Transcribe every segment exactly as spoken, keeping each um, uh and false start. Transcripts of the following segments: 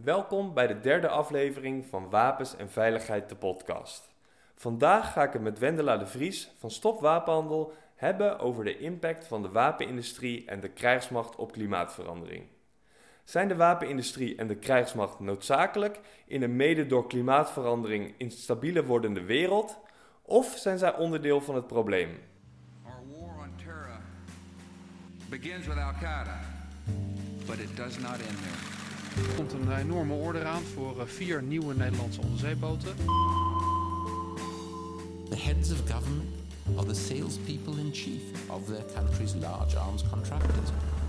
Welkom bij de derde aflevering van Wapens en Veiligheid, de podcast. Vandaag ga ik het met Wendela de Vries van Stop Wapenhandel hebben over de impact van de wapenindustrie en de krijgsmacht op klimaatverandering. Zijn de wapenindustrie en de krijgsmacht noodzakelijk in een mede door klimaatverandering instabieler wordende wereld, of zijn zij onderdeel van het probleem? Our war on terror begins with Al-Qaeda, but it does not end there. Er komt een enorme order aan voor vier nieuwe Nederlandse onderzeeboten. The heads of government are the salespeople in chief of their country's large arms contractors.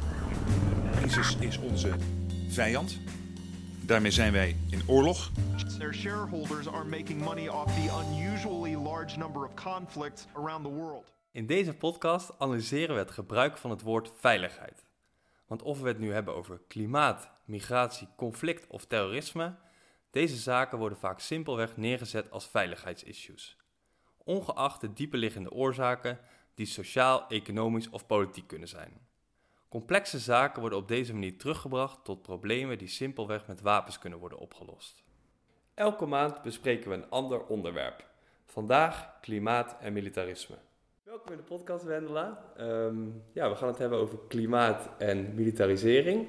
ISIS is onze vijand. Daarmee zijn wij in oorlog. Their shareholders are making money off the unusually large number of conflicts around the world. In deze podcast analyseren we het gebruik van het woord veiligheid. Want of we het nu hebben over klimaat, migratie, conflict of terrorisme, deze zaken worden vaak simpelweg neergezet als veiligheidsissues. Ongeacht de dieperliggende oorzaken die sociaal, economisch of politiek kunnen zijn. Complexe zaken worden op deze manier teruggebracht tot problemen die simpelweg met wapens kunnen worden opgelost. Elke maand bespreken we een ander onderwerp. Vandaag klimaat en militarisme. Welkom in de podcast, Wendela. Um, ja, we gaan het hebben over klimaat en militarisering.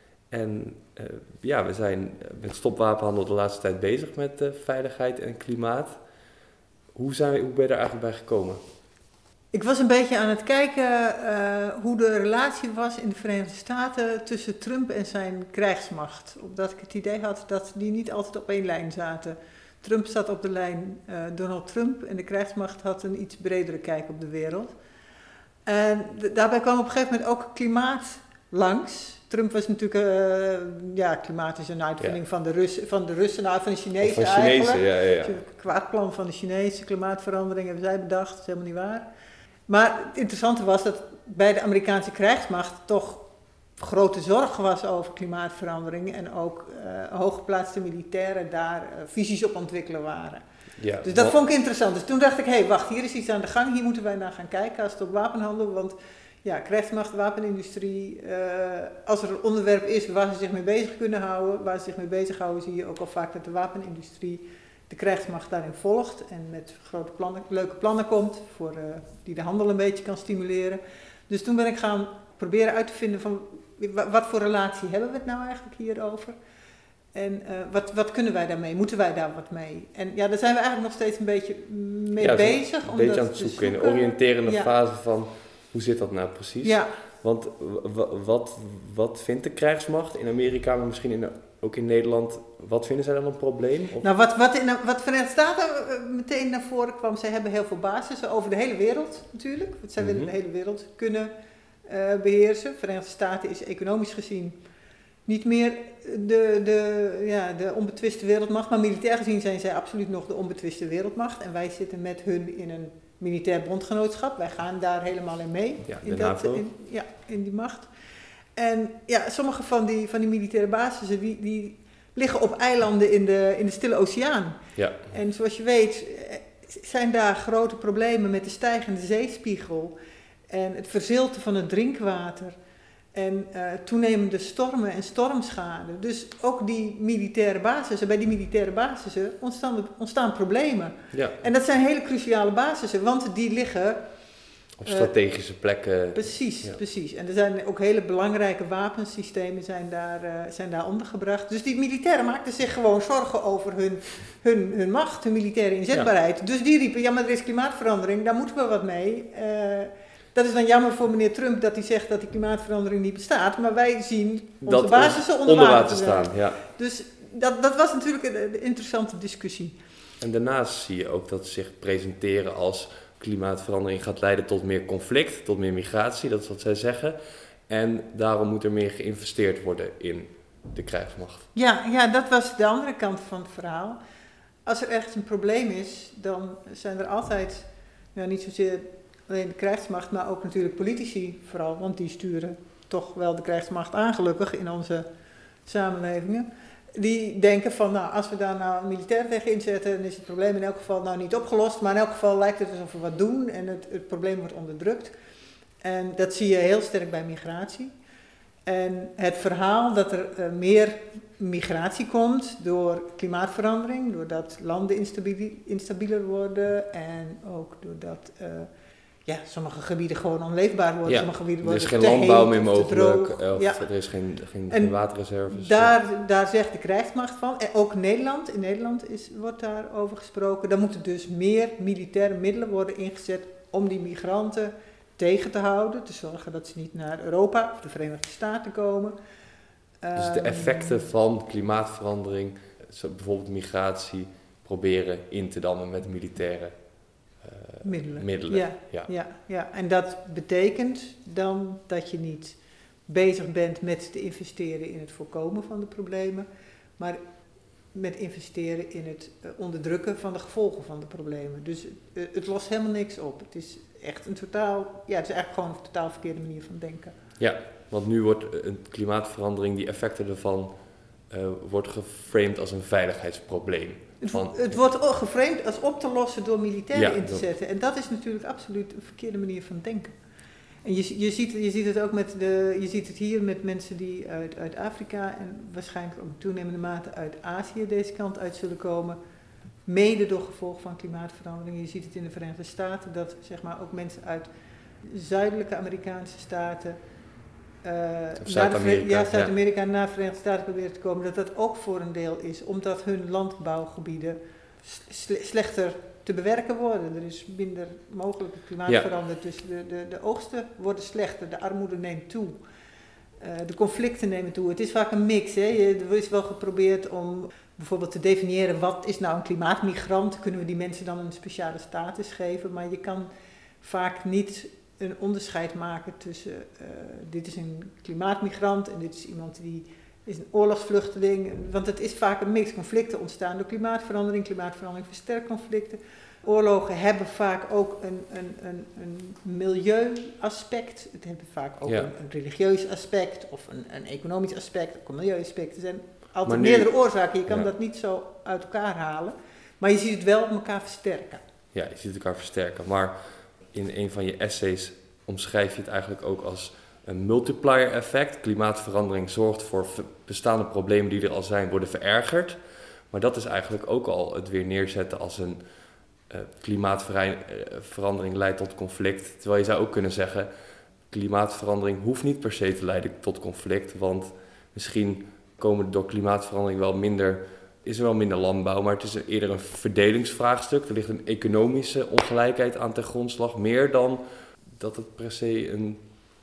En uh, ja, we zijn met Stop Wapenhandel de laatste tijd bezig met uh, veiligheid en klimaat. Hoe, zijn we, hoe ben je daar eigenlijk bij gekomen? Ik was een beetje aan het kijken uh, hoe de relatie was in de Verenigde Staten tussen Trump en zijn krijgsmacht. Omdat ik het idee had dat die niet altijd op één lijn zaten. Trump zat op de lijn uh, Donald Trump en de krijgsmacht had een iets bredere kijk op de wereld. En d- daarbij kwam op een gegeven moment ook klimaat langs. Trump was natuurlijk, uh, ja, klimaat is een uitvinding ja. van de Russen, van de Russen, nou van de Chinezen van Chinezen, eigenlijk. Ja, ja, ja. Het kwaadplan van de Chinezen, klimaatverandering hebben zij bedacht, dat is helemaal niet waar. Maar het interessante was dat bij de Amerikaanse krijgsmacht toch grote zorg was over klimaatverandering en ook uh, hooggeplaatste militairen daar uh, visies op ontwikkelen waren. Ja, dus dat wat... vond ik interessant. Dus toen dacht ik, hé, hey, wacht, hier is iets aan de gang, hier moeten wij naar gaan kijken als het op wapenhandel, want ja, krijgsmacht, wapenindustrie, uh, als er een onderwerp is waar ze zich mee bezig kunnen houden, waar ze zich mee bezighouden, zie je ook al vaak dat de wapenindustrie de krijgsmacht daarin volgt en met grote plannen, leuke plannen komt voor, uh, die de handel een beetje kan stimuleren. Dus toen ben ik gaan proberen uit te vinden van wat voor relatie hebben we het nou eigenlijk hierover? En uh, wat, wat kunnen wij daarmee? Moeten wij daar wat mee? En ja, daar zijn we eigenlijk nog steeds een beetje mee ja, bezig. Een om beetje dat aan het zoeken, zoeken. in de oriënterende ja. fase van hoe zit dat nou precies? Ja. Want w- wat, wat vindt de krijgsmacht in Amerika, maar misschien in de, ook in Nederland, wat vinden zij dan een probleem? Of? Nou, wat, wat, in, wat Verenigde Staten meteen naar voren kwam, zij hebben heel veel basissen over de hele wereld natuurlijk. Want zij mm-hmm. willen de hele wereld kunnen uh, beheersen. De Verenigde Staten is economisch gezien niet meer de, de, ja, de onbetwiste wereldmacht, maar militair gezien zijn zij absoluut nog de onbetwiste wereldmacht. En wij zitten met hun in een militair bondgenootschap. Wij gaan daar helemaal in mee. Ja, de in NAVO. Dat, in, ja, in die macht. En ja, sommige van die, van die militaire basissen, die, die liggen op eilanden in de, in de Stille Oceaan. Ja. En zoals je weet zijn daar grote problemen met de stijgende zeespiegel en het verzilten van het drinkwater en uh, toenemende stormen en stormschade. Dus ook die militaire basissen, bij die militaire basissen ontstaan, ontstaan problemen. Ja. En dat zijn hele cruciale basissen, want die liggen op strategische uh, plekken. Precies, ja. precies. En er zijn ook hele belangrijke wapensystemen zijn daar, uh, zijn daar ondergebracht. Dus die militairen maakten zich gewoon zorgen over hun, hun, hun macht, hun militaire inzetbaarheid. Ja. Dus die riepen, ja, maar er is klimaatverandering, daar moeten we wat mee. Uh, dat is dan jammer voor meneer Trump dat hij zegt dat die klimaatverandering niet bestaat. Maar wij zien onze dat basissen onder, onder water te staan. Ja. Dus dat, dat was natuurlijk een, een interessante discussie. En daarnaast zie je ook dat ze zich presenteren als klimaatverandering gaat leiden tot meer conflict, tot meer migratie, dat is wat zij zeggen. En daarom moet er meer geïnvesteerd worden in de krijgsmacht. Ja, ja, dat was de andere kant van het verhaal. Als er ergens een probleem is, dan zijn er altijd, nou, niet zozeer alleen de krijgsmacht, maar ook natuurlijk politici vooral, want die sturen toch wel de krijgsmacht aan, gelukkig, in onze samenlevingen. Die denken van, nou, als we daar nou militair tegen inzetten, dan is het probleem in elk geval nou niet opgelost. Maar in elk geval lijkt het alsof we wat doen en het, het probleem wordt onderdrukt. En dat zie je heel sterk bij migratie. En het verhaal dat er uh, meer migratie komt door klimaatverandering, doordat landen instabiel, instabieler worden en ook doordat uh, ja, sommige gebieden gewoon onleefbaar worden. Ja, sommige gebieden er worden is geen te landbouw heet meer of te mogelijk, droog. of Ja. er is geen, geen, En geen waterreserves. Daar, daar zegt de krijgsmacht van, en ook Nederland, in Nederland is, wordt daarover gesproken, dan moeten dus meer militaire middelen worden ingezet om die migranten tegen te houden, te zorgen dat ze niet naar Europa of de Verenigde Staten komen. Dus de effecten van klimaatverandering, zo bijvoorbeeld migratie, proberen in te dammen met militaire uh, middelen. middelen. Ja, Ja. ja, ja, en dat betekent dan dat je niet bezig bent met te investeren in het voorkomen van de problemen, maar met investeren in het uh, onderdrukken van de gevolgen van de problemen. Dus uh, het lost helemaal niks op. Het is echt een totaal, ja, het is eigenlijk gewoon een totaal verkeerde manier van denken. Ja, want nu wordt een klimaatverandering, die effecten ervan, uh, wordt geframed als een veiligheidsprobleem. Het, Van, het wordt geframed als op te lossen door militairen Ja, in te dat- zetten. En dat is natuurlijk absoluut een verkeerde manier van denken. En je, je, ziet, je ziet het ook met de, je ziet het hier met mensen die uit, uit Afrika en waarschijnlijk ook in toenemende mate uit Azië deze kant uit zullen komen. Mede door gevolg van klimaatverandering. Je ziet het in de Verenigde Staten dat zeg maar ook mensen uit zuidelijke Amerikaanse staten uh, naar de Zuid-Amerika, Vere- ja, ja. Zuid-Amerika en naar de Verenigde Staten proberen te komen. Dat dat ook voor een deel is omdat hun landbouwgebieden sle- slechter te bewerken worden. Er is minder mogelijk klimaat Ja. veranderd. Dus de, de, de oogsten worden slechter, de armoede neemt toe. Uh, de conflicten nemen toe. Het is vaak een mix. Hè. Je, er is wel geprobeerd om bijvoorbeeld te definiëren wat is nou een klimaatmigrant. Kunnen we die mensen dan een speciale status geven? Maar je kan vaak niet een onderscheid maken tussen uh, dit is een klimaatmigrant en dit is iemand die is een oorlogsvluchteling. Want het is vaak een mix. Conflicten ontstaan door klimaatverandering. Klimaatverandering versterkt conflicten. Oorlogen hebben vaak ook een, een, een, een milieuaspect. Het hebben vaak ook Ja. een, een religieus aspect of een, een economisch aspect, ook een milieuaspect. Er zijn altijd Maar nu- meerdere oorzaken. Je kan Ja. dat niet zo uit elkaar halen. Maar je ziet het wel op elkaar versterken. Ja, je ziet elkaar versterken. Maar in een van je essays omschrijf je het eigenlijk ook als een multiplier effect. Klimaatverandering zorgt voor v- bestaande problemen die er al zijn, worden verergerd. Maar dat is eigenlijk ook al het weer neerzetten als een uh, klimaatverandering leidt tot conflict. Terwijl je zou ook kunnen zeggen, klimaatverandering hoeft niet per se te leiden tot conflict. Want misschien komen er door klimaatverandering wel minder, is er wel minder landbouw, maar het is eerder een verdelingsvraagstuk. Er ligt een economische ongelijkheid aan ten grondslag, meer dan dat het per se een,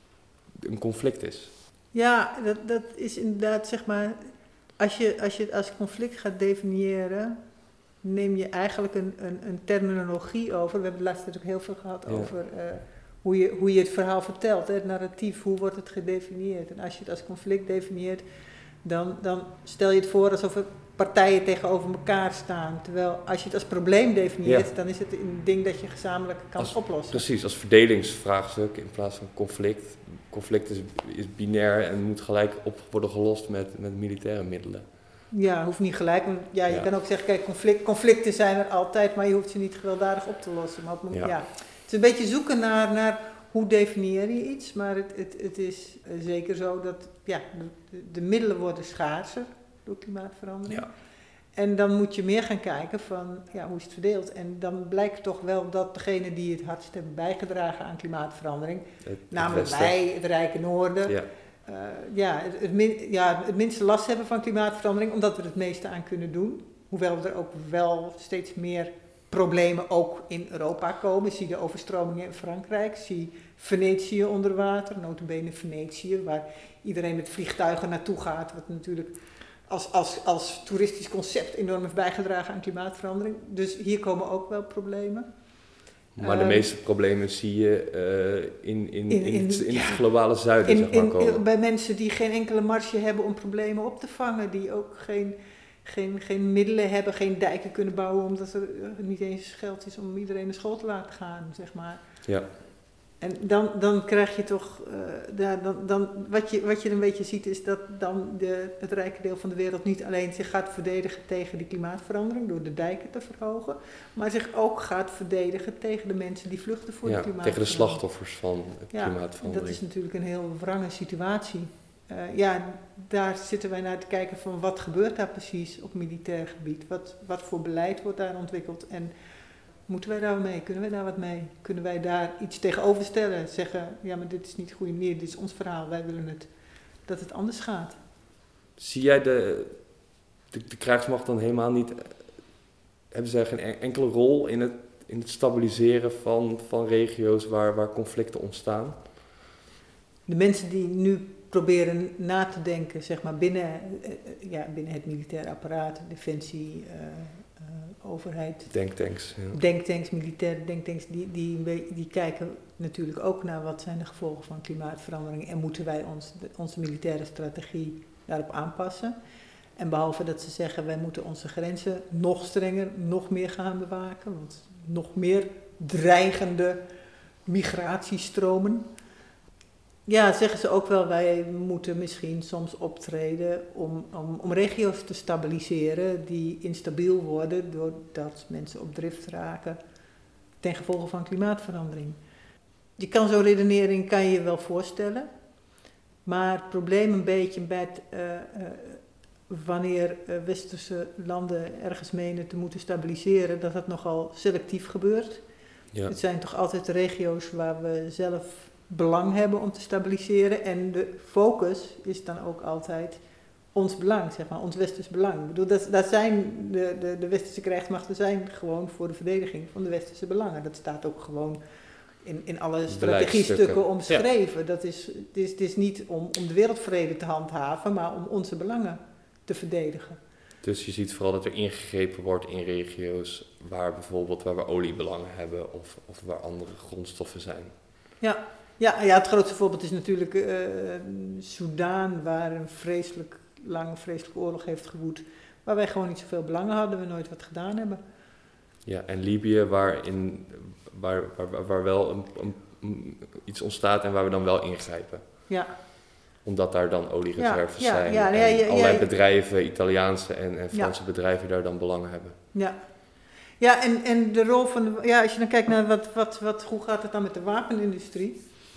een conflict is. Ja, dat, dat is inderdaad, zeg maar, als je, als je het als conflict gaat definiëren, neem je eigenlijk een, een, een terminologie over. We hebben het laatst natuurlijk heel veel gehad Ja. over uh, hoe, je, hoe je het verhaal vertelt, hè, het narratief, hoe wordt het gedefinieerd. En als je het als conflict definieert, dan, dan stel je het voor alsof er partijen tegenover elkaar staan. Terwijl als je het als probleem definieert, Ja. dan is het een ding dat je gezamenlijk kan Als- oplossen. Precies, als verdelingsvraagstuk in plaats van conflict. Conflict is, is binair en moet gelijk op worden gelost met, met militaire middelen. Ja, hoeft niet gelijk. Want ja, je Ja. kan ook zeggen, kijk, conflict, conflicten zijn er altijd, maar je hoeft ze niet gewelddadig op te lossen. Maar op, het Ja. moment- ja. Het is een beetje zoeken naar, naar hoe definieer je iets, maar het, het, het is uh, zeker zo dat ja, de, de middelen worden schaarser door klimaatverandering. Ja. En dan moet je meer gaan kijken van, ja, hoe is het verdeeld? En dan blijkt toch wel dat degenen die het hardst hebben bijgedragen aan klimaatverandering, Het, het namelijk Westen. wij, het Rijke Noorden, Ja. Uh, ja, het, het, min, ja, het minste last hebben van klimaatverandering, omdat we er het meeste aan kunnen doen. Hoewel er ook wel steeds meer problemen ook in Europa komen. Zie de overstromingen in Frankrijk, zie Venetië onder water, nota bene Venetië, waar iedereen met vliegtuigen naartoe gaat, wat natuurlijk als, als, als toeristisch concept enorm heeft bijgedragen aan klimaatverandering. Dus hier komen ook wel problemen. Maar de Um, meeste problemen zie je uh, in, in, in, in- in- het, in ja. het globale zuiden, In, zeg maar, in, komen. bij mensen die geen enkele marge hebben om problemen op te vangen, die ook geen, geen, geen middelen hebben, geen dijken kunnen bouwen, omdat er uh, niet eens geld is om iedereen naar school te laten gaan, zeg maar. Ja. En dan, dan krijg je toch, uh, ja, dan, dan, wat, je, wat je een beetje ziet is dat dan de, het rijke deel van de wereld niet alleen zich gaat verdedigen tegen die klimaatverandering door de dijken te verhogen, maar zich ook gaat verdedigen tegen de mensen die vluchten voor Ja, de klimaatverandering. tegen de slachtoffers van Ja, klimaatverandering. dat is natuurlijk een heel wrange situatie. uh, ja, daar zitten wij naar te kijken van wat gebeurt daar precies op militair gebied? Wat, wat voor beleid wordt daar ontwikkeld? En moeten wij daar mee? Kunnen wij daar wat mee? Kunnen wij daar iets tegenover stellen? Zeggen, ja, maar dit is niet de goede manier, dit is ons verhaal, wij willen het, dat het anders gaat. Zie jij de, de, de krijgsmacht dan helemaal niet, hebben zij geen enkele rol in het, in het stabiliseren van, van regio's waar, waar conflicten ontstaan? De mensen die nu proberen na te denken, zeg maar binnen, uh, ja, binnen het militaire apparaat, defensie, uh, uh, overheid. Denktanks. Ja. Denktanks, militaire denktanks, die, die, die kijken natuurlijk ook naar wat zijn de gevolgen van klimaatverandering en moeten wij ons, de, onze militaire strategie daarop aanpassen. En behalve dat ze zeggen, wij moeten onze grenzen nog strenger, nog meer gaan bewaken, want nog meer dreigende migratiestromen. Ja, zeggen ze ook wel, wij moeten misschien soms optreden om, om, om regio's te stabiliseren die instabiel worden doordat mensen op drift raken ten gevolge van klimaatverandering. Je kan zo'n redenering kan je je wel voorstellen, maar het probleem een beetje met uh, uh, wanneer uh, westerse landen ergens menen te moeten stabiliseren, dat dat nogal selectief gebeurt. Ja. Het zijn toch altijd regio's waar we zelf belang hebben om te stabiliseren en de focus is dan ook altijd ons belang, zeg maar, ons westers belang. Ik bedoel, dat, dat zijn de, de, de westerse krijgsmachten zijn gewoon voor de verdediging van de westerse belangen. Dat staat ook gewoon in, in alle strategiestukken omschreven. Ja. Dat is, het, is, het is niet om, om de wereldvrede te handhaven, maar om onze belangen te verdedigen. Dus je ziet vooral dat er ingegrepen wordt in regio's waar bijvoorbeeld waar we oliebelangen hebben of, of waar andere grondstoffen zijn. Ja. Ja, ja, het grootste voorbeeld is natuurlijk uh, Soudaan, waar een vreselijk lange, vreselijke oorlog heeft gewoed, waar wij gewoon niet zoveel belangen hadden, we nooit wat gedaan hebben. Ja, en Libië, waar, in, waar, waar, waar wel een, een, iets ontstaat en waar we dan wel ingrijpen. Ja. Omdat daar dan oliereserves ja, ja, zijn ja, en ja, ja, allerlei ja, bedrijven, Italiaanse en, en Franse ja. bedrijven daar dan belangen hebben. Ja. Ja, en, en de rol van de, ja, als je dan kijkt naar wat, wat, wat, hoe gaat het dan met de wapenindustrie?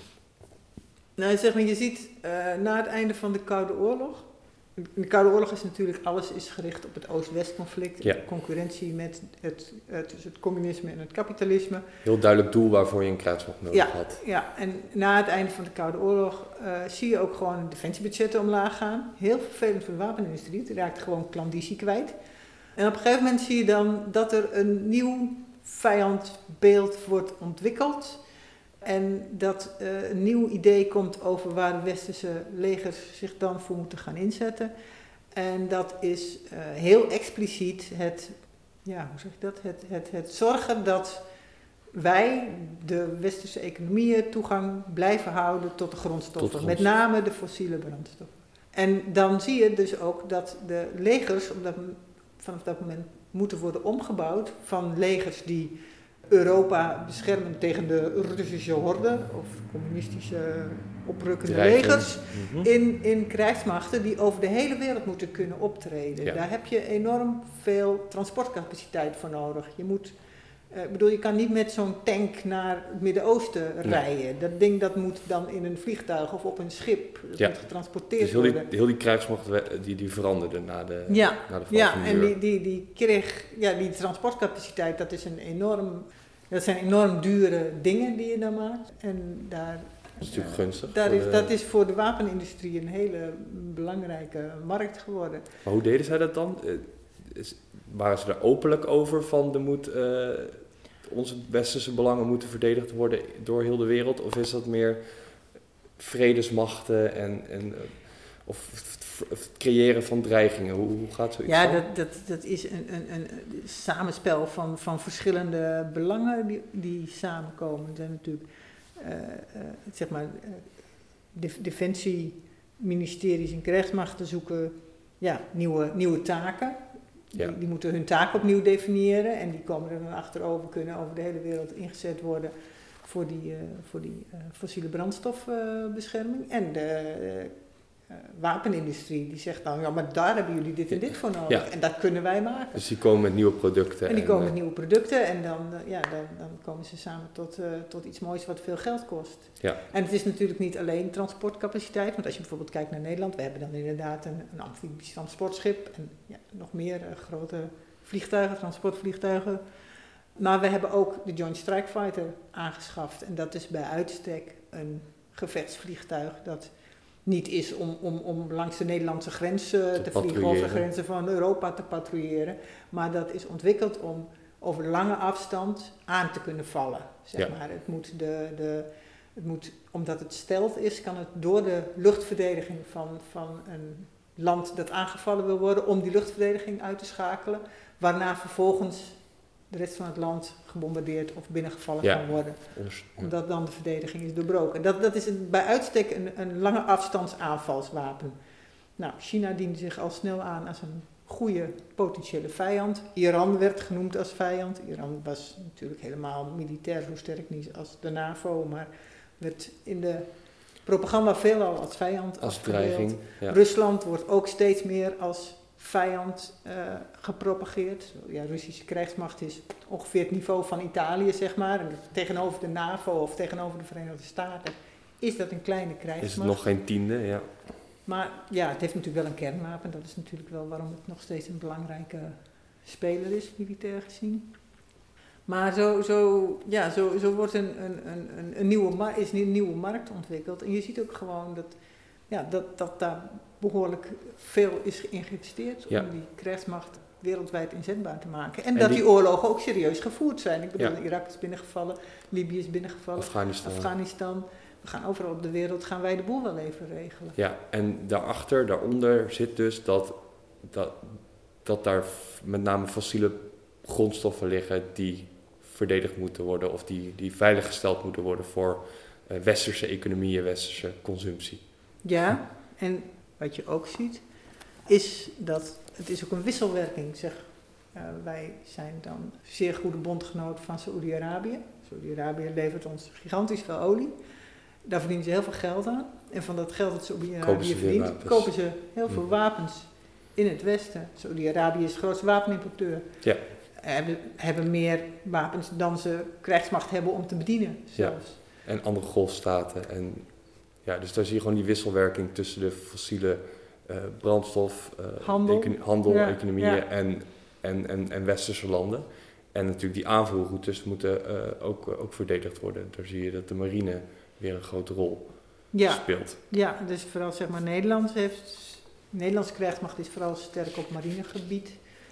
Nou, zeg maar, je ziet uh, na het einde van de Koude Oorlog. De Koude Oorlog is natuurlijk, alles is gericht op het Oost-West conflict. Ja. De concurrentie met het, het, tussen het communisme en het kapitalisme. Heel duidelijk doel waarvoor je een krijgsmacht nodig ja, had. Ja, en na het einde van de Koude Oorlog uh, zie je ook gewoon defensiebudgetten omlaag gaan. Heel vervelend voor de wapenindustrie, het raakt gewoon klandizie kwijt. En op een gegeven moment zie je dan dat er een nieuw vijandbeeld wordt ontwikkeld. En dat uh, een nieuw idee komt over waar de westerse legers zich dan voor moeten gaan inzetten. En dat is uh, heel expliciet het, ja, hoe zeg ik dat? Het, het, het zorgen dat wij, de westerse economieën, toegang blijven houden tot de grondstoffen. Tot met name de fossiele brandstoffen. En dan zie je dus ook dat de legers op dat, vanaf dat moment moeten worden omgebouwd van legers die Europa beschermen tegen de Russische horde of communistische oprukkende Dreigen. legers mm-hmm. in, in krijgsmachten die over de hele wereld moeten kunnen optreden. Ja. Daar heb je enorm veel transportcapaciteit voor nodig. Je moet, uh, ik bedoel, je kan niet met zo'n tank naar het Midden-Oosten nee. rijden. Dat ding dat moet dan in een vliegtuig of op een schip dat ja. moet getransporteerd dus heel die, worden. heel die krijgsmacht die, die veranderde na de, ja. na de val ja, van de en muur. die, die, die kreeg, ja, die transportcapaciteit, dat is een enorm, dat zijn enorm dure dingen die je dan maakt. En daar, dat is natuurlijk uh, gunstig. Daar is, de... Dat is voor de wapenindustrie een hele belangrijke markt geworden. Maar hoe deden zij dat dan? Is, waren ze er openlijk over van de moet, uh, onze westerse belangen moeten verdedigd worden door heel de wereld? Of is dat meer vredesmachten en, en uh, of het creëren van dreigingen? Hoe, hoe gaat zoiets? Ja, dat, dat, dat is een, een, een samenspel van, van verschillende belangen die, die samenkomen. Er zijn natuurlijk uh, uh, zeg maar, uh, def, defensieministeries en krijgsmachten zoeken ja, nieuwe, nieuwe taken. Ja. Die, die moeten hun taak opnieuw definiëren en die komen er dan achterover, kunnen over de hele wereld ingezet worden voor die, uh, voor die uh, fossiele brandstofbescherming. Uh, en de uh, wapenindustrie die zegt dan, ja, maar daar hebben jullie dit en dit voor nodig. Ja. En dat kunnen wij maken. Dus die komen met nieuwe producten. En die komen uh, met nieuwe producten en dan, uh, ja, dan, dan komen ze samen tot, uh, tot iets moois wat veel geld kost. Ja. En het is natuurlijk niet alleen transportcapaciteit, want als je bijvoorbeeld kijkt naar Nederland, we hebben dan inderdaad een, een amfibisch transportschip en ja, nog meer uh, grote vliegtuigen, transportvliegtuigen. Maar we hebben ook de Joint Strike Fighter aangeschaft en dat is bij uitstek een gevechtsvliegtuig dat niet is om, om, om langs de Nederlandse grens uh, te, te vliegen of de grenzen van Europa te patrouilleren. Maar dat is ontwikkeld om over lange afstand aan te kunnen vallen. Zeg ja. maar. Het moet de, de, het moet, omdat het stealth is, kan het door de luchtverdediging van, van een land dat aangevallen wil worden, om die luchtverdediging uit te schakelen. Waarna vervolgens de rest van het land gebombardeerd of binnengevallen ja. kan worden. Ons, ja. Omdat dan de verdediging is doorbroken. Dat, dat is een, bij uitstek een, een lange afstands aanvalswapen. Nou, China diende zich al snel aan als een goede potentiële vijand. Iran werd genoemd als vijand. Iran was natuurlijk helemaal militair zo sterk niet als de NAVO, maar werd in de propaganda veelal als vijand als afgebeeld. dreiging. Ja. Rusland wordt ook steeds meer als vijand uh, gepropageerd. Ja, Russische krijgsmacht is ongeveer het niveau van Italië, zeg maar. En tegenover de NAVO of tegenover de Verenigde Staten is dat een kleine krijgsmacht. Is het nog geen tiende, ja. Maar ja, het heeft natuurlijk wel een kernwapen. Dat is natuurlijk wel waarom het nog steeds een belangrijke speler is, militair gezien. Maar zo, zo, ja, zo, zo wordt een, een, een, een, nieuwe mar- is een nieuwe markt ontwikkeld. En je ziet ook gewoon dat, ja, dat, dat daar behoorlijk veel is geïnvesteerd ja. om die krijgsmacht wereldwijd inzetbaar te maken. En, En dat die, die oorlogen ook serieus gevoerd zijn. Ik bedoel, ja. Irak is binnengevallen, Libië is binnengevallen, Afghanistan. Afghanistan. We gaan overal op de wereld, gaan wij de boel wel even regelen. Ja, en daarachter, daaronder zit dus dat, dat, dat daar met name fossiele grondstoffen liggen die verdedigd moeten worden of die, die veiliggesteld moeten worden voor uh, westerse economieën, westerse consumptie. Ja, en wat je ook ziet, is dat het is ook een wisselwerking. Zeg, uh, wij zijn dan zeer goede bondgenoot van Saoedi-Arabië. Saoedi-Arabië levert ons gigantisch veel olie. Daar verdienen ze heel veel geld aan. En van dat geld dat Saoedi-Arabië verdient, kopen ze heel veel mm. wapens in het Westen. Saoedi-Arabië is de grootste wapenimporteur. Ja. Hebben, hebben meer wapens dan ze krijgsmacht hebben om te bedienen zelfs. Ja. En andere golfstaten. En ja, dus daar zie je gewoon die wisselwerking tussen de fossiele uh, brandstof, uh, handel, econ- handel ja, economieën ja. En, en, en, en westerse landen. En natuurlijk die aanvoerroutes moeten uh, ook, uh, ook verdedigd worden. Daar zie je dat de marine weer een grote rol ja. speelt. Ja, dus vooral zeg maar Nederland heeft... Nederlandse krijgsmacht is vooral sterk op marinegebied.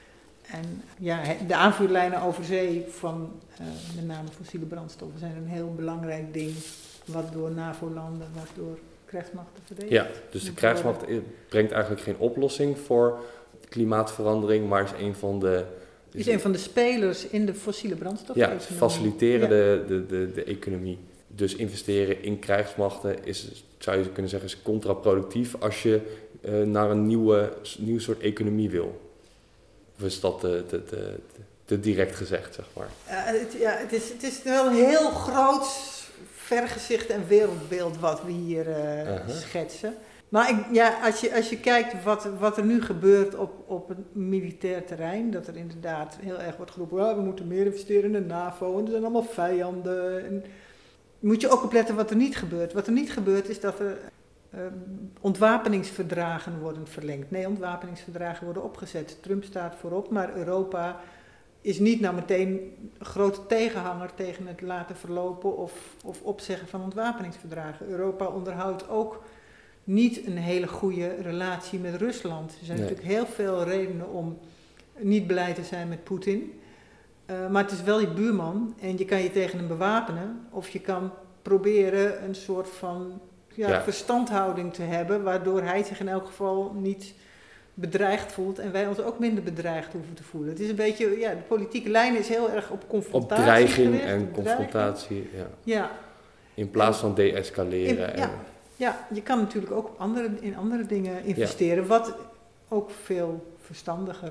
En ja, de aanvuurlijnen over zee van uh, met name fossiele brandstoffen zijn een heel belangrijk ding. Wat door NAVO-landen, wat door krijgsmachten verdedigd. Ja, dus de krijgsmacht brengt eigenlijk geen oplossing voor klimaatverandering, maar is een van de... Is een van de spelers in de fossiele brandstoffen. Ja, faciliteren ja. de, de, de, de economie. Dus investeren in krijgsmachten is, zou je kunnen zeggen, is contraproductief als je uh, naar een nieuwe, nieuw soort economie wil. Of is dat te, te, te, te direct gezegd, zeg maar? Uh, het, ja, het is, het is wel een heel groot vergezicht en wereldbeeld wat we hier uh, uh-huh. schetsen. Maar ik, ja, als, je, als je kijkt wat, wat er nu gebeurt op, op het militair terrein, dat er inderdaad heel erg wordt geroepen, oh, we moeten meer investeren in de NAVO en er zijn allemaal vijanden. En moet je ook opletten wat er niet gebeurt. Wat er niet gebeurt is dat er uh, ontwapeningsverdragen worden verlengd. Nee, ontwapeningsverdragen worden opgezet. Trump staat voorop, maar Europa is niet nou meteen een grote tegenhanger tegen het laten verlopen of, of opzeggen van ontwapeningsverdragen. Europa onderhoudt ook niet een hele goede relatie met Rusland. Er zijn nee. natuurlijk heel veel redenen om niet blij te zijn met Poetin. Uh, maar het is wel je buurman en je kan je tegen hem bewapenen. Of je kan proberen een soort van ja, ja. verstandhouding te hebben, waardoor hij zich in elk geval niet bedreigd voelt en wij ons ook minder bedreigd hoeven te voelen. Het is een beetje, ja, de politieke lijn is heel erg op confrontatie Op dreiging gericht, en op confrontatie, ja. ja. In plaats van de-escaleren. In, ja. En, ja, je kan natuurlijk ook op andere, in andere dingen investeren, ja. wat ook veel verstandiger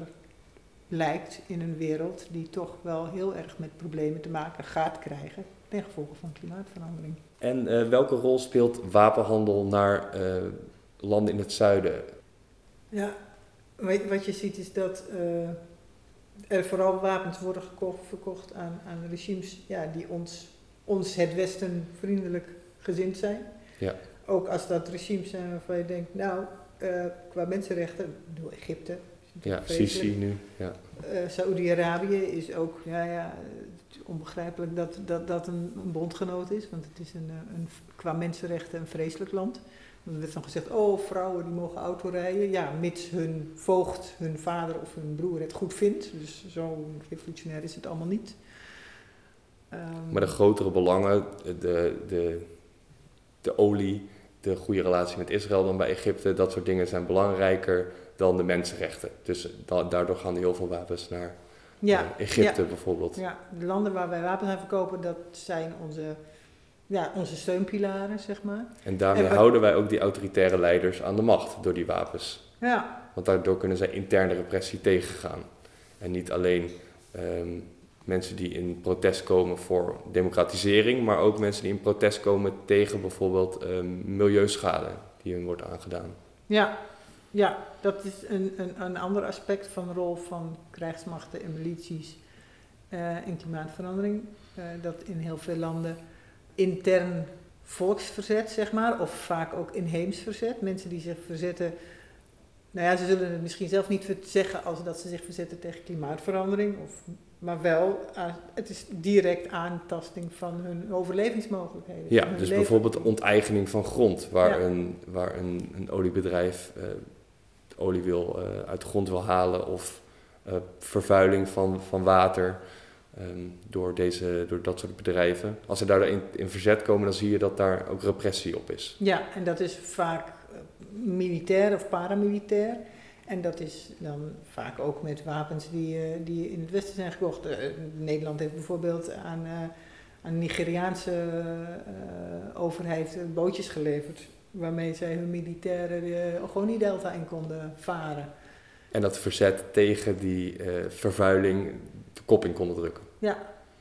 lijkt in een wereld die toch wel heel erg met problemen te maken gaat krijgen ten gevolge van klimaatverandering. En uh, welke rol speelt wapenhandel naar uh, landen in het zuiden. Ja, wat wat je ziet is dat uh, er vooral wapens worden gekocht, verkocht aan, aan regimes ja, die ons, ons het Westen vriendelijk gezind zijn. Ja. Ook als dat regimes zijn waarvan je denkt, nou, uh, qua mensenrechten, ik bedoel Egypte. Ja, Sisi nu. Ja. Uh, Saoedi-Arabië is ook, ja, ja, het is onbegrijpelijk dat dat, dat een, een bondgenoot is, want het is een, een, qua mensenrechten een vreselijk land. Er werd dan gezegd, oh, vrouwen die mogen autorijden, ja, mits hun voogd, hun vader of hun broer het goed vindt. Dus zo revolutionair is het allemaal niet. Um, maar de grotere belangen, de, de, de olie, de goede relatie met Israël dan bij Egypte, dat soort dingen zijn belangrijker dan de mensenrechten. Dus da- daardoor gaan er heel veel wapens naar ja, uh, Egypte ja, bijvoorbeeld. Ja, de landen waar wij wapens aan verkopen, dat zijn onze, ja, onze steunpilaren, zeg maar. En daarmee en we, houden wij ook die autoritaire leiders aan de macht door die wapens. Ja. Want daardoor kunnen zij interne repressie tegengaan. En niet alleen um, mensen die in protest komen voor democratisering, maar ook mensen die in protest komen tegen bijvoorbeeld um, milieuschade die hun wordt aangedaan. Ja, ja, dat is een, een, een ander aspect van de rol van krijgsmachten en milities uh, in klimaatverandering. Uh, dat in heel veel landen intern volksverzet, zeg maar, of vaak ook inheems verzet. Mensen die zich verzetten, nou ja, ze zullen het misschien zelf niet zeggen als dat ze zich verzetten tegen klimaatverandering, of, maar wel, uh, het is direct aantasting van hun overlevingsmogelijkheden. Ja, hun dus leven. bijvoorbeeld de onteigening van grond, waar, Ja. een, waar een, een oliebedrijf uh, olie wil, uh, uit de grond wil halen, of uh, vervuiling van, van water um, door, deze, door dat soort bedrijven. Als ze daar in, in verzet komen, dan zie je dat daar ook repressie op is. Ja, en dat is vaak uh, militair of paramilitair. En dat is dan vaak ook met wapens die, uh, die in het Westen zijn gekocht. Uh, Nederland heeft bijvoorbeeld aan, uh, aan de Nigeriaanse uh, overheid uh, bootjes geleverd, waarmee zij hun militairen de Ogoni-delta in konden varen. En dat verzet tegen die uh, vervuiling de kop in konden drukken. Ja,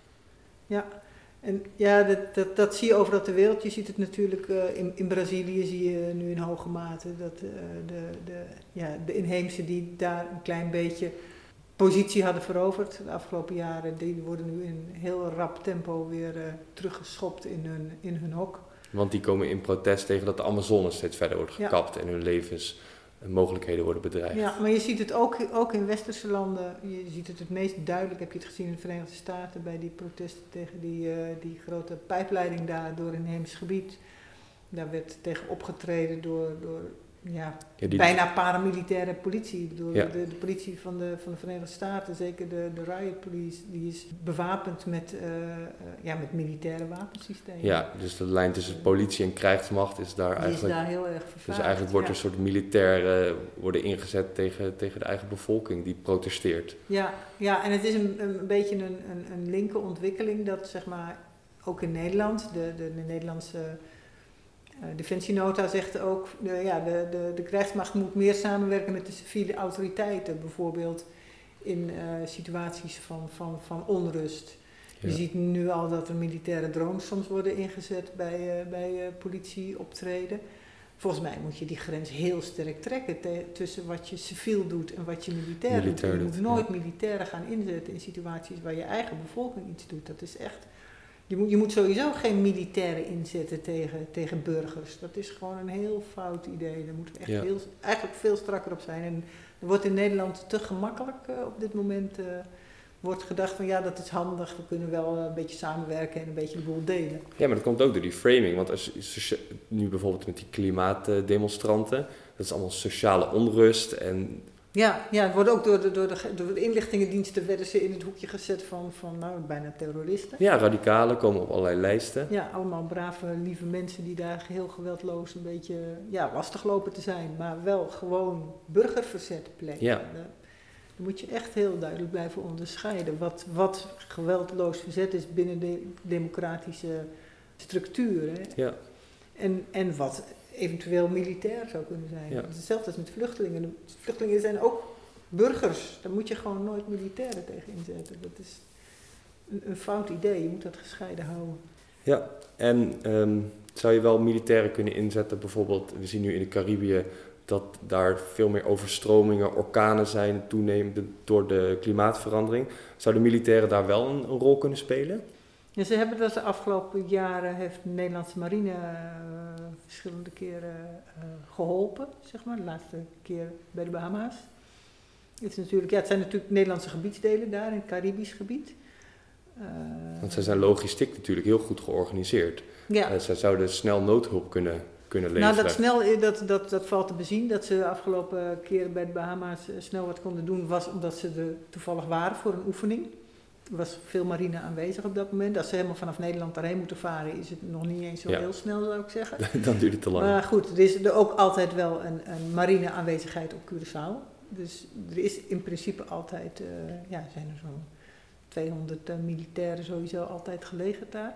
ja. En ja, dat, dat, dat zie je overal ter wereld. Je ziet het natuurlijk uh, in, in Brazilië, zie je nu in hoge mate dat uh, de, de, ja, de inheemse die daar een klein beetje positie hadden veroverd de afgelopen jaren, die worden nu in heel rap tempo weer uh, teruggeschopt in hun, in hun hok. Want die komen in protest tegen dat de Amazone steeds verder wordt gekapt ja. en hun levensmogelijkheden worden bedreigd. Ja, maar je ziet het ook, ook in westerse landen. Je ziet het het meest duidelijk, heb je het gezien in de Verenigde Staten, bij die protesten tegen die, uh, die grote pijpleiding daar door inheems gebied. Daar werd tegen opgetreden door, door ja, ja, die bijna paramilitaire politie. Ik bedoel, ja. de, de politie van de, van de Verenigde Staten, zeker de, de riot police, die is bewapend met, uh, uh, ja, met militaire wapensystemen. Ja, dus de lijn tussen politie en krijgsmacht is daar die eigenlijk... is daar heel erg vervaagd. Dus eigenlijk wordt ja. er een soort militair uh, worden ingezet tegen, tegen de eigen bevolking die protesteert. Ja, ja, en het is een, een beetje een, een, een linker ontwikkeling dat, zeg maar, ook in Nederland, de, de, de Nederlandse... Uh, Defensienota zegt ook, de, ja, de, de, de krijgsmacht moet meer samenwerken met de civiele autoriteiten, bijvoorbeeld in uh, situaties van, van, van onrust. Ja. Je ziet nu al dat er militaire drones soms worden ingezet bij, uh, bij uh, politieoptreden. Volgens mij moet je die grens heel sterk trekken te, tussen wat je civiel doet en wat je militair, militair doet. Je moet nooit ja. militairen gaan inzetten in situaties waar je eigen bevolking iets doet. Dat is echt... Je moet, je moet sowieso geen militairen inzetten tegen, tegen burgers. Dat is gewoon een heel fout idee. Daar moeten we echt ja. heel, eigenlijk veel strakker op zijn. En er wordt in Nederland te gemakkelijk uh, op dit moment uh, wordt gedacht van ja, dat is handig. We kunnen wel uh, een beetje samenwerken en een beetje de boel delen. Ja, maar dat komt ook door die framing. Want als, nu bijvoorbeeld met die klimaatdemonstranten, dat is allemaal sociale onrust en... Ja, ja, het wordt ook door de, door, de, door de inlichtingendiensten werden ze in het hoekje gezet van, van nou, bijna terroristen. Ja, radicalen komen op allerlei lijsten. Ja, allemaal brave, lieve mensen die daar heel geweldloos een beetje ja, lastig lopen te zijn, maar wel gewoon burgerverzet plegen. Ja. Dan moet je echt heel duidelijk blijven onderscheiden. Wat, wat geweldloos verzet is binnen de democratische structuren. Ja. En, en wat... eventueel militair zou kunnen zijn. Ja. Hetzelfde als met vluchtelingen. Vluchtelingen zijn ook burgers. Daar moet je gewoon nooit militairen tegen inzetten. Dat is een, een fout idee. Je moet dat gescheiden houden. Ja, en um, zou je wel militairen kunnen inzetten, bijvoorbeeld, we zien nu in de Caribië dat daar veel meer overstromingen, orkanen zijn, toenemend door de klimaatverandering. Zouden militairen daar wel een, een rol kunnen spelen? Ja, ze hebben dat de afgelopen jaren, heeft de Nederlandse marine uh, verschillende keren uh, geholpen, zeg maar. De laatste keer bij de Bahama's. Het, is natuurlijk, ja, het zijn natuurlijk Nederlandse gebiedsdelen daar in het Caribisch gebied. Uh, Want zij zijn logistiek natuurlijk heel goed georganiseerd. Ja. Uh, zij zouden snel noodhulp kunnen, kunnen leveren. Nou, dat snel, dat, dat, dat valt te bezien. Dat ze de afgelopen keren bij de Bahama's snel wat konden doen, was omdat ze er toevallig waren voor een oefening. Er was veel marine aanwezig op dat moment. Als ze helemaal vanaf Nederland daarheen moeten varen, is het nog niet eens zo ja. heel snel, zou ik zeggen. Dan duurt het te lang. Maar goed, er is er ook altijd wel een, een marine aanwezigheid op Curaçao. Dus er is in principe altijd, uh, ja, zijn er zo'n tweehonderd uh, militairen sowieso altijd gelegerd daar.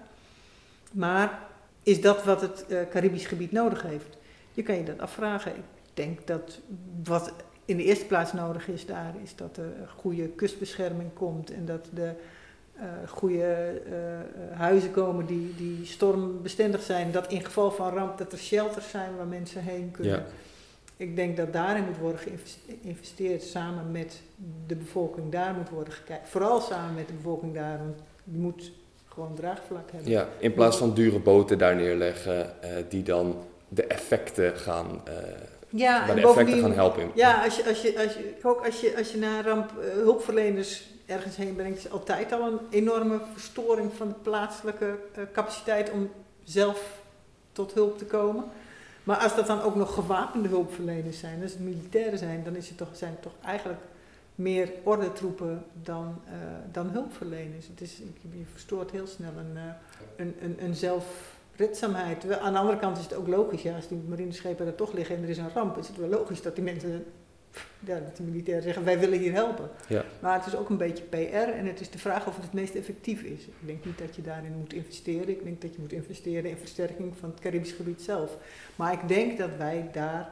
Maar is dat wat het uh, Caribisch gebied nodig heeft? Je kan je dat afvragen. Ik denk dat wat in de eerste plaats nodig is daar, is dat er goede kustbescherming komt en dat er uh, goede uh, huizen komen die, die stormbestendig zijn. Dat in geval van ramp dat er shelters zijn waar mensen heen kunnen. Ja. Ik denk dat daarin moet worden geïnvesteerd, samen met de bevolking daar moet worden gekeken. Vooral samen met de bevolking daar, want je moet gewoon draagvlak hebben. Ja, in plaats van dure boten daar neerleggen, uh, die dan de effecten gaan, uh, ja, bij de effecten gaan helpen. Ja, als je, als je, als je, ook als je, als je naar ramp uh, hulpverleners ergens heen brengt, is altijd al een enorme verstoring van de plaatselijke uh, capaciteit om zelf tot hulp te komen. Maar als dat dan ook nog gewapende hulpverleners zijn, als het militairen zijn, dan is het toch, zijn het toch eigenlijk meer ordentroepen dan, uh, dan hulpverleners. Het is, je verstoort heel snel een, uh, een, een, een zelfredzaamheid. Aan de andere kant is het ook logisch, ja, als die marineschepen er toch liggen en er is een ramp, is het wel logisch dat die mensen, ja, dat de militairen zeggen, wij willen hier helpen. Ja. Maar het is ook een beetje P R en het is de vraag of het het meest effectief is. Ik denk niet dat je daarin moet investeren. Ik denk dat je moet investeren in versterking van het Caribisch gebied zelf. Maar ik denk dat wij daar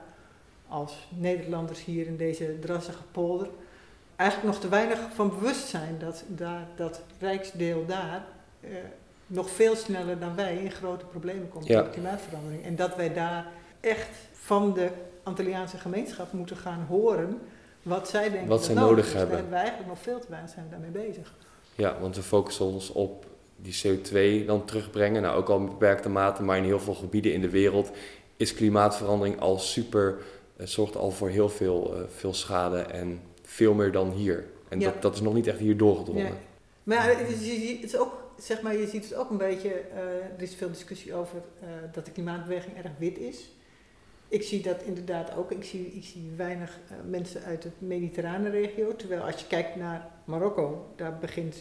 als Nederlanders hier in deze drassige polder eigenlijk nog te weinig van bewust zijn dat daar, dat rijksdeel daar eh, nog veel sneller dan wij in grote problemen komt ja. door klimaatverandering. En dat wij daar echt van de Antilliaanse gemeenschap moeten gaan horen wat zij denken wat dat zij nodig, nodig is. hebben. Daar hebben wij eigenlijk nog veel te weinig zijn we daarmee bezig. Ja, want we focussen ons op die C O twee dan terugbrengen. Nou, ook al in beperkte mate, maar in heel veel gebieden in de wereld is klimaatverandering al super, uh, zorgt al voor heel veel, uh, veel schade en veel meer dan hier. En ja. dat, dat is nog niet echt hier doorgedrongen. Ja. Maar ja, het is, het is ook, zeg maar, je ziet het ook een beetje, uh, er is veel discussie over uh, dat de klimaatbeweging erg wit is. Ik zie dat inderdaad ook. Ik zie, ik zie weinig uh, mensen uit het mediterrane regio. Terwijl als je kijkt naar Marokko, daar, begint,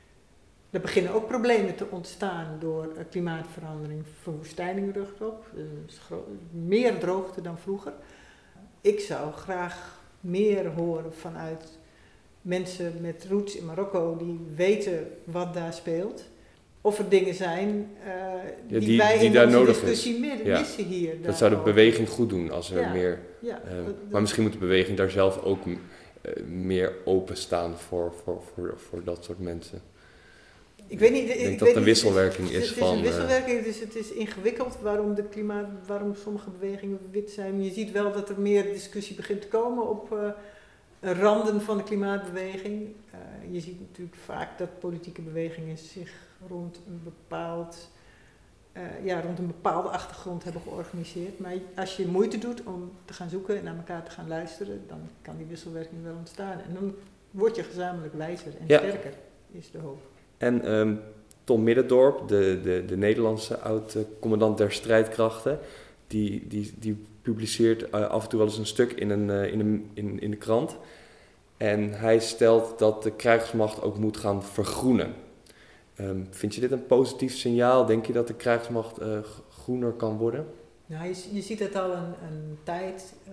daar beginnen ook problemen te ontstaan door uh, klimaatverandering. Verwoestijning rukt op, uh, gro- meer droogte dan vroeger. Ik zou graag meer horen vanuit mensen met roots in Marokko die weten wat daar speelt. Of er dingen zijn uh, die, ja, die wij die in daar onze nodig discussie midden, ja. missen hier. Dat zou de beweging goed doen als er ja. meer... Ja, uh, dat, dat maar misschien moet de beweging daar zelf ook uh, meer openstaan voor, voor, voor, voor dat soort mensen. Ik weet niet... Ik denk ik dat weet een niet, wisselwerking het is, is het van... Het is een wisselwerking, het is, het is ingewikkeld waarom, de klimaat, waarom sommige bewegingen wit zijn. Je ziet wel dat er meer discussie begint te komen op uh, randen van de klimaatbeweging. Uh, je ziet natuurlijk vaak dat politieke bewegingen zich rond een bepaald... Uh, ja, rond een bepaalde achtergrond hebben georganiseerd. Maar als je moeite doet om te gaan zoeken en naar elkaar te gaan luisteren, dan kan die wisselwerking wel ontstaan. En dan word je gezamenlijk wijzer en ja. sterker, is de hoop. En um, Tom Middendorp, de, de, de Nederlandse oud-commandant der strijdkrachten, die, die, die publiceert uh, af en toe wel eens een stuk in, een, uh, in, een, in, in de krant. En hij stelt dat de krijgsmacht ook moet gaan vergroenen. Um, vind je dit een positief signaal? Denk je dat de krijgsmacht uh, groener kan worden? Nou, je, je ziet het al een, een tijd uh,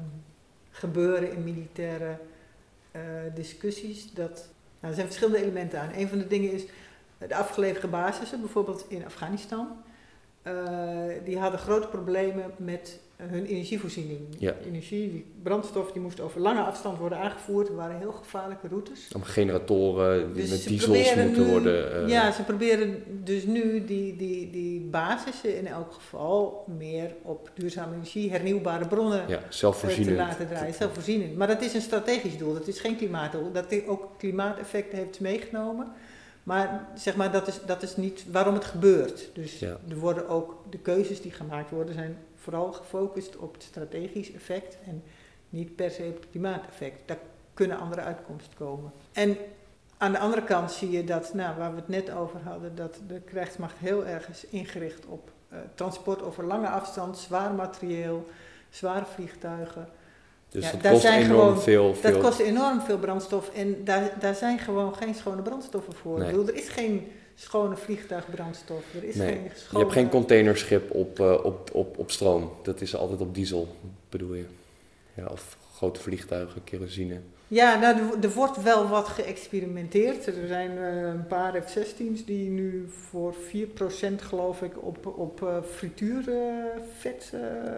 gebeuren in militaire uh, discussies. Dat, nou, er zijn verschillende elementen aan. Een van de dingen is de afgelegen basissen, bijvoorbeeld in Afghanistan. Uh, die hadden grote problemen met hun energievoorziening. Ja. Energie, die brandstof, die moest over lange afstand worden aangevoerd. Er waren heel gevaarlijke routes. Om generatoren die Dus met ze diesels proberen moeten nu- worden... uh, Ja, ze proberen dus nu die, die, die basissen in elk geval meer op duurzame energie, hernieuwbare bronnen ja, eh, te zelfvoorzienend. laten draaien. Zelfvoorzienend. Maar dat is een strategisch doel, dat is geen klimaatdoel. Dat die ook klimaateffecten heeft meegenomen. Maar zeg maar, dat is, dat is niet waarom het gebeurt. Dus Ja. er worden ook, de keuzes die gemaakt worden zijn vooral gefocust op het strategisch effect en niet per se op het klimaateffect. Daar kunnen andere uitkomsten komen. En aan de andere kant zie je dat, nou, waar we het net over hadden, dat de krijgsmacht heel erg is ingericht op uh, transport over lange afstand, zwaar materieel, zware vliegtuigen. Dus Ja, dat daar kost zijn enorm gewoon- veel, veel... Dat kost enorm veel brandstof en daar, daar zijn gewoon geen schone brandstoffen voor. Nee. Ik bedoel, er is geen schone vliegtuigbrandstof, er is Nee. geen Je schone... hebt geen containerschip op, uh, op, op, op stroom. Dat is altijd op diesel, bedoel je. Ja, of grote vliegtuigen, kerosine. Ja, nou, er, er wordt wel wat geëxperimenteerd. Er zijn uh, een paar F zestien's die nu voor vier procent geloof ik op, op uh, frituurvet, uh,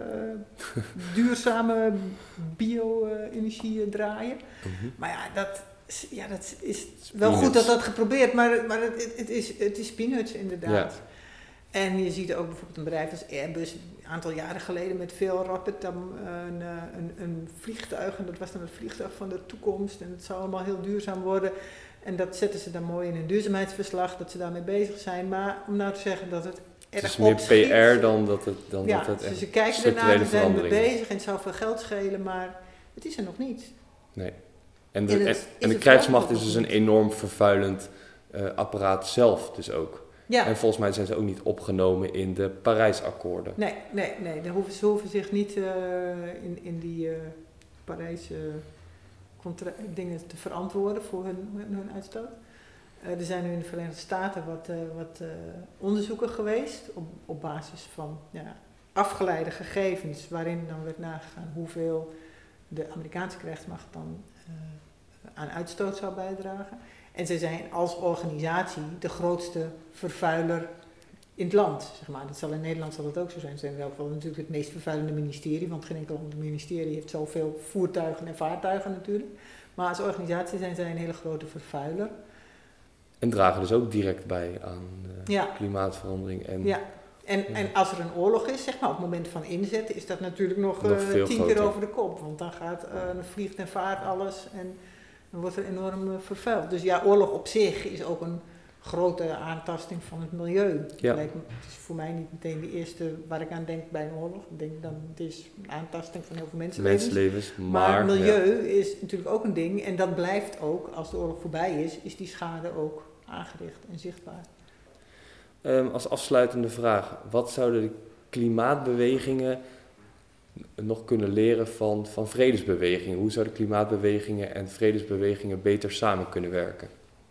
duurzame bio-energie uh, draaien. Mm-hmm. Maar ja, dat, is- ja, dat is wel Peanuts. goed dat dat geprobeerd, maar, maar het, het, is, het is peanuts inderdaad. Ja. En je ziet ook bijvoorbeeld een bedrijf als Airbus, een aantal jaren geleden met veel Rotterdam een, uh, een, een vliegtuig. En dat was dan het vliegtuig van de toekomst. En het zou allemaal heel duurzaam worden. En dat zetten ze dan mooi in een duurzaamheidsverslag, dat ze daarmee bezig zijn. Maar om nou te zeggen dat het erg Het is meer opschiet, P R dan dat het, dan ja, dat het dus echt ze kijken structurele ernaar, ze zijn ermee veranderingen. bezig en het zou veel geld schelen, maar het is er nog niet. Nee. En de, En het en, is en de het krijgsmacht wel is dus nog een niet. enorm vervuilend uh, apparaat zelf dus ook. Ja. En volgens mij zijn ze ook niet opgenomen in de Parijsakkoorden. Nee, nee, nee. Daar hoeven, ze hoeven zich niet uh, in, in die uh, Parijse contra- dingen te verantwoorden voor hun, hun, hun uitstoot. Uh, er zijn nu in de Verenigde Staten wat, uh, wat uh, onderzoeken geweest op, op basis van ja, afgeleide gegevens waarin dan werd nagegaan hoeveel de Amerikaanse krijgsmacht dan uh, aan uitstoot zou bijdragen. En ze zijn als organisatie de grootste vervuiler in het land, zeg maar. Dat zal in Nederland zal dat ook zo zijn. Ze zijn in elk geval natuurlijk het meest vervuilende ministerie, want geen enkel ander ministerie heeft zoveel voertuigen en vaartuigen natuurlijk. Maar als organisatie zijn zij een hele grote vervuiler. En dragen dus ook direct bij aan de Ja. klimaatverandering. En Ja. En, Ja. en als er een oorlog is, zeg maar, op het moment van inzetten, is dat natuurlijk nog, Nog uh, veel tien groter. keer over de kop. Want dan gaat, uh, dan vliegt en vaart alles en dan wordt er enorm uh, vervuild. Dus ja, oorlog op zich is ook een grote aantasting van het milieu. Ja. Lijkt me- het is voor mij niet meteen de eerste waar ik aan denk bij een oorlog. Ik denk dan, het is een aantasting van heel veel mensenlevens. mensenlevens. Maar, Maar, milieu ja. is natuurlijk ook een ding en dat blijft ook, als de oorlog voorbij is, is die schade ook aangericht en zichtbaar. Um, als afsluitende vraag, wat zouden de klimaatbewegingen nog kunnen leren van, van vredesbewegingen? Hoe zouden klimaatbewegingen en vredesbewegingen beter samen kunnen werken?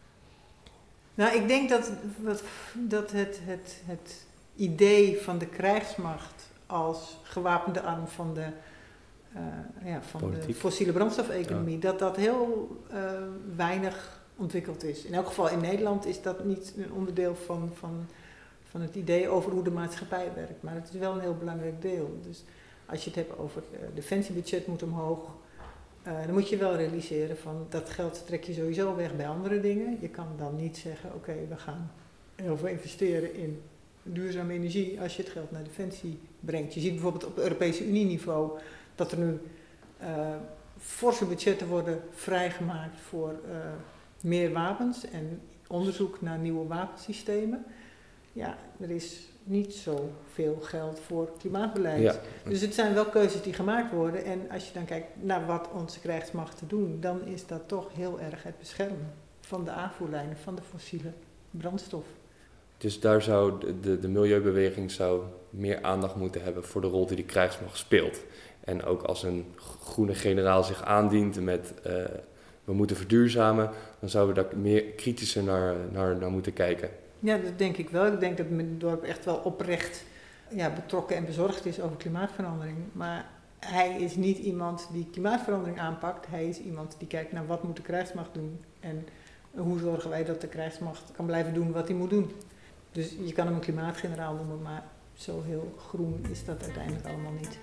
Nou, ik denk dat, wat, dat het, het, het idee van de krijgsmacht als gewapende arm van de, uh, ja, van de Politiek. fossiele brandstofeconomie, dat dat heel uh, weinig ontwikkeld is. In elk geval in Nederland is dat niet een onderdeel van, van, van het idee over hoe de maatschappij werkt. Maar het is wel een heel belangrijk deel. Dus als je het hebt over het defensiebudget moet omhoog, uh, dan moet je wel realiseren van dat geld trek je sowieso weg bij andere dingen. Je kan dan niet zeggen, oké, okay, we gaan heel veel investeren in duurzame energie als je het geld naar defensie brengt. Je ziet bijvoorbeeld op Europese Unie niveau dat er nu uh, forse budgetten worden vrijgemaakt voor uh, meer wapens en onderzoek naar nieuwe wapensystemen. Ja, er is niet zoveel geld voor klimaatbeleid. Ja. Dus het zijn wel keuzes die gemaakt worden. En als je dan kijkt naar wat onze krijgsmachten doen, dan is dat toch heel erg het beschermen van de aanvoerlijnen van de fossiele brandstof. Dus daar zou de, de, de milieubeweging zou meer aandacht moeten hebben voor de rol die de krijgsmacht speelt. En ook als een groene generaal zich aandient met uh, we moeten verduurzamen, dan zouden we daar meer kritischer naar, naar, naar moeten kijken. Ja, dat denk ik wel. Ik denk dat mijn dorp echt wel oprecht ja, betrokken en bezorgd is over klimaatverandering. Maar hij is niet iemand die klimaatverandering aanpakt. Hij is iemand die kijkt naar wat moet de krijgsmacht doen. En hoe zorgen wij dat de krijgsmacht kan blijven doen wat hij moet doen. Dus je kan hem een klimaatgeneraal noemen, maar zo heel groen is dat uiteindelijk allemaal niet.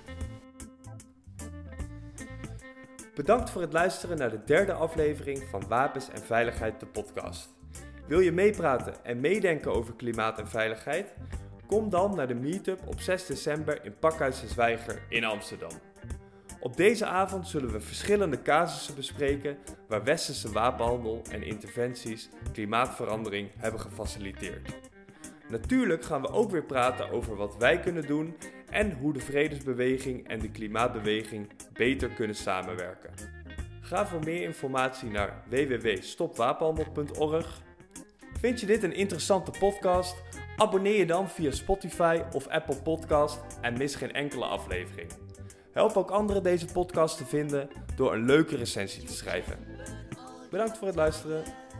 Bedankt voor het luisteren naar de derde aflevering van Wapens en Veiligheid, de podcast. Wil je meepraten en meedenken over klimaat en veiligheid? Kom dan naar de meetup op zes december in Pakhuis de Zwijger in Amsterdam. Op deze avond zullen we verschillende casussen bespreken waar westerse wapenhandel en interventies klimaatverandering hebben gefaciliteerd. Natuurlijk gaan we ook weer praten over wat wij kunnen doen en hoe de vredesbeweging en de klimaatbeweging beter kunnen samenwerken. Ga voor meer informatie naar w w w punt stop wapenhandel punt org. Vind je dit een interessante podcast? Abonneer je dan via Spotify of Apple Podcast en mis geen enkele aflevering. Help ook anderen deze podcast te vinden door een leuke recensie te schrijven. Bedankt voor het luisteren.